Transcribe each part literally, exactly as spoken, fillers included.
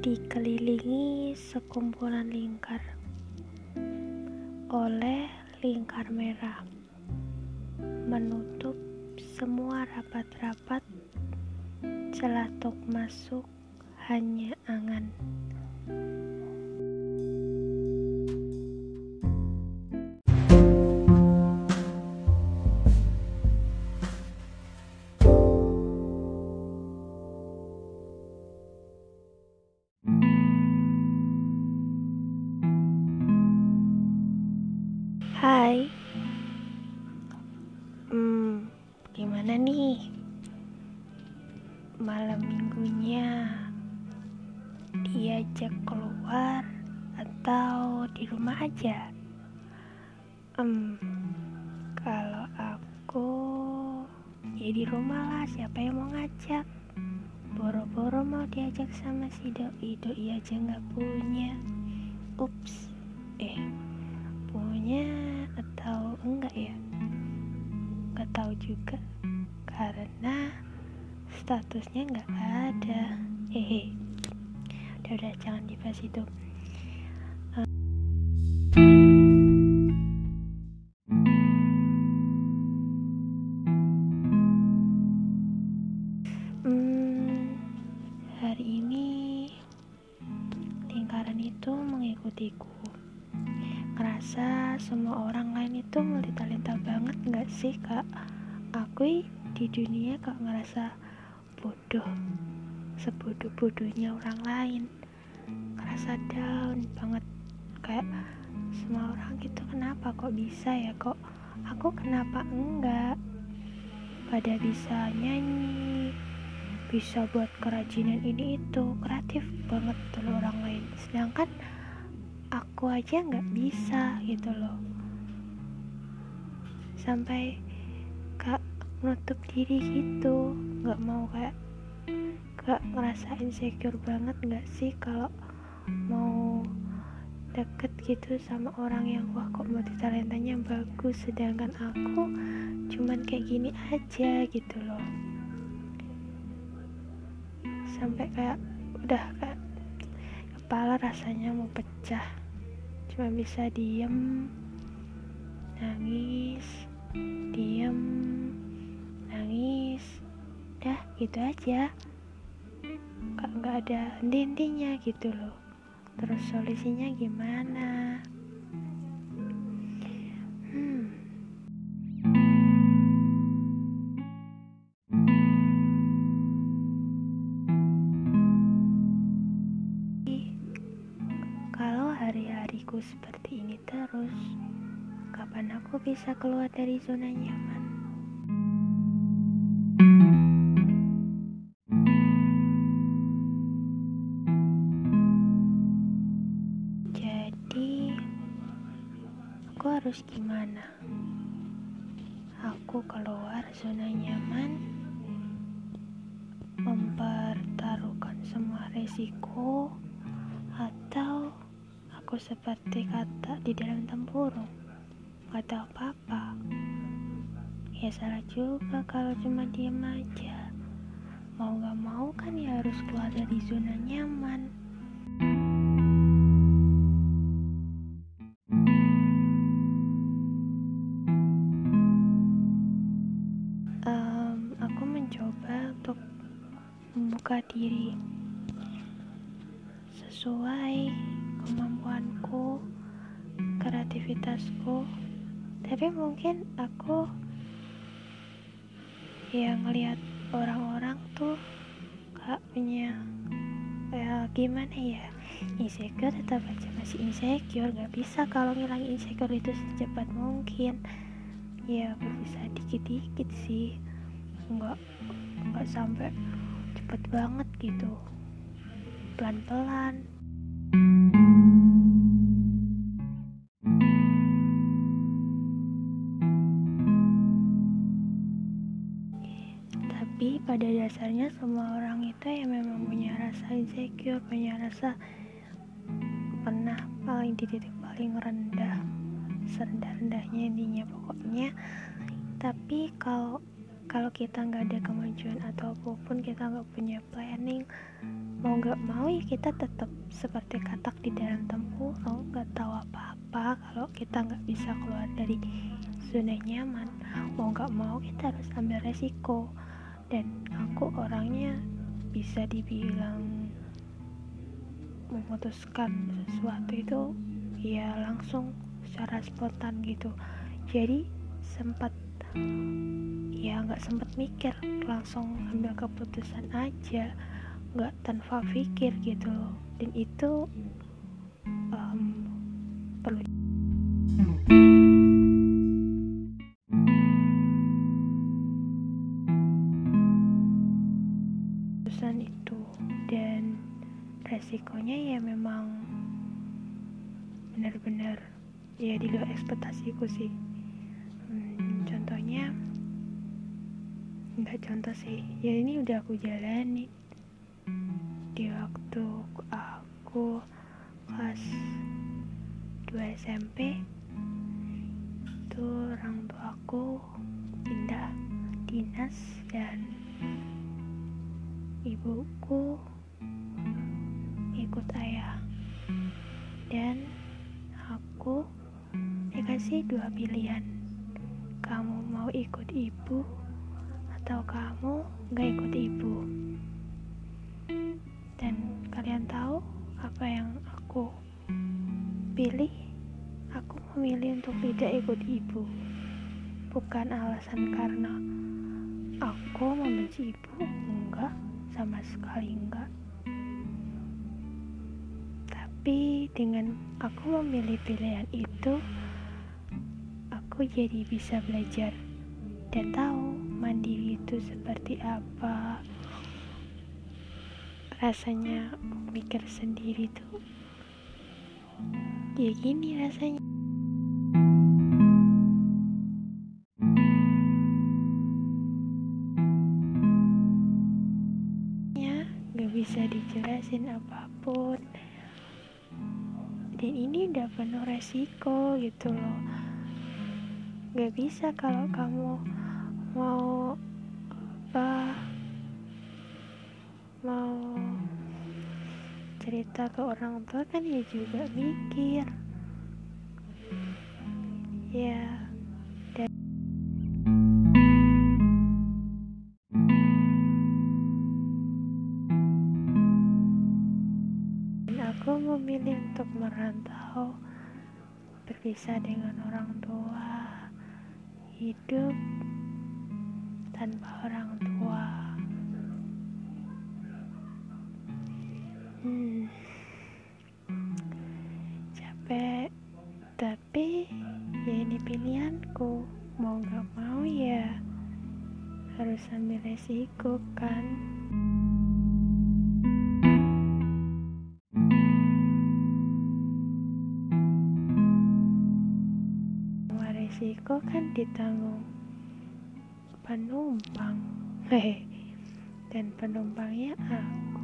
Dikelilingi sekumpulan lingkar oleh lingkar merah, menutup semua rapat-rapat, celatuk masuk hanya angan. Hai, hmm, gimana nih malam minggunya? Diajak keluar atau di rumah aja? Hmm, kalau aku ya di rumah lah, siapa yang mau ngajak? Boro-boro mau diajak sama si doi, doi aja nggak punya. Ups, eh punya atau enggak ya? Nggak tahu juga, karena statusnya nggak ada. Hehe, udah udah jangan dibahas itu. Hmm, hari ini lingkaran itu mengikutiku. Ngerasa semua orang lain itu multi-talenta banget gak sih kak? Aku di dunia kak ngerasa bodoh, sebodoh-bodohnya orang lain. Ngerasa down banget, kayak semua orang gitu kenapa kok bisa ya, kok aku kenapa enggak? Pada bisa nyanyi, bisa buat kerajinan ini itu, kreatif banget tuh orang lain, sedangkan aku aja nggak bisa gitu loh. Sampai kak menutup diri gitu, nggak mau kayak kak ngerasa insecure banget nggak sih kalau mau deket gitu sama orang yang wah kok multi talentanya bagus, sedangkan aku cuman kayak gini aja gitu loh. Sampai kayak udah kayak kepala rasanya mau pecah, cuma bisa diem, nangis, diem, nangis, dah gitu aja, gak, gak ada henti-hentinya gitu loh. Terus solusinya gimana? Hmm. Kalau hari-hariku seperti ini terus, kapan aku bisa keluar dari zona nyaman? Jadi, aku harus gimana? Aku keluar zona nyaman, mempertaruhkan semua resiko, atau aku seperti kata di dalam tempurung, gak tahu apa-apa? Ya salah juga kalau cuma diem aja. Mau gak mau kan ya harus keluar dari zona nyaman. Um, aku mencoba untuk membuka diri sesuai kemampuanku, kreativitasku. Tapi mungkin aku yang ngelihat orang-orang tuh gak punya ya gimana ya, insecure tetap aja masih insecure. Gak bisa kalau ngilangin insecure itu secepat mungkin. Ya bisa dikit-dikit sih, nggak nggak sampai cepet banget gitu, pelan-pelan. Tapi pada dasarnya semua orang itu ya memang punya rasa insecure, punya rasa pernah paling di titik paling rendah, serendah-rendahnya intinya pokoknya. Tapi kalau kalau kita nggak ada kemajuan atau apapun, kita nggak punya planning, mau nggak mau ya kita tetap seperti katak di dalam tempurung, nggak tahu apa-apa kalau kita nggak bisa keluar dari zona nyaman. Mau nggak mau kita harus ambil resiko, dan aku orangnya bisa dibilang memutuskan sesuatu itu ya langsung secara spontan gitu. Jadi sempat ya nggak sempat mikir, langsung ambil keputusan aja, nggak tanpa pikir gitu loh. Dan itu um, perlu keputusan itu, dan resikonya ya memang benar-benar ya di luar ekspektasiku sih. Hmm, contohnya nggak contoh sih, ya ini udah aku jalani di waktu aku kelas dua S M P. Itu orang tuaku pindah dinas dan ibuku ikut ayah, dan aku dikasih dua pilihan, kamu mau ikut ibu atau kamu gak ikut ibu. Dan kalian tahu apa yang aku pilih? Aku memilih untuk tidak ikut ibu, bukan alasan karena aku membenci ibu, enggak, sama sekali enggak. Tapi dengan aku memilih pilihan itu, aku jadi bisa belajar dan tahu mandiri itu seperti apa, rasanya mikir sendiri tuh ya gini rasanya. Ya gak bisa dijelasin apapun, dan ini udah penuh resiko gitu loh. Gak bisa kalau kamu mau apa mau cerita ke orang tua kan ya juga mikir ya. Dan aku memilih untuk merantau, berpisah dengan orang tua, hidup tanpa orang tua. Hmm, capek, tapi ya ini pilihanku. Mau gak mau ya harus ambil resiko kan. Semua resiko kan ditanggung penumpang, hehe, dan penumpangnya aku.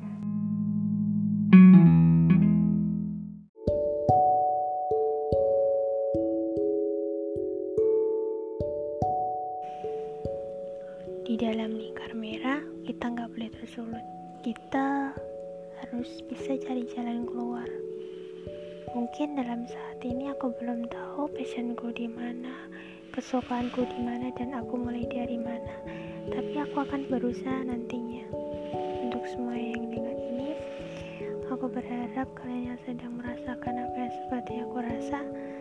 Di dalam lingkar merah kita nggak boleh tersulut. Kita harus bisa cari jalan keluar. Mungkin dalam saat ini aku belum tahu passionku di mana, kesukaanku di mana, dan aku mulai dari mana. Tapi aku akan berusaha nantinya. Untuk semua yang dengar ini, aku berharap kalian yang sedang merasakan apa yang seperti aku rasa,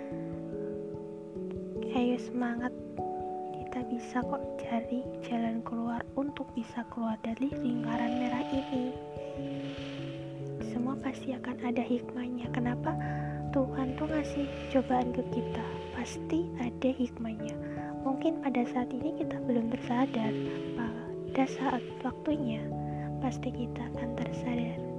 ayo semangat. Kita bisa kok cari jalan keluar untuk bisa keluar dari lingkaran merah ini. Semua pasti akan ada hikmahnya. Kenapa Tuhan tuh ngasih cobaan ke kita? Pasti ada hikmahnya. Mungkin pada saat ini kita belum tersadar, pada saat waktunya pasti kita akan tersadar.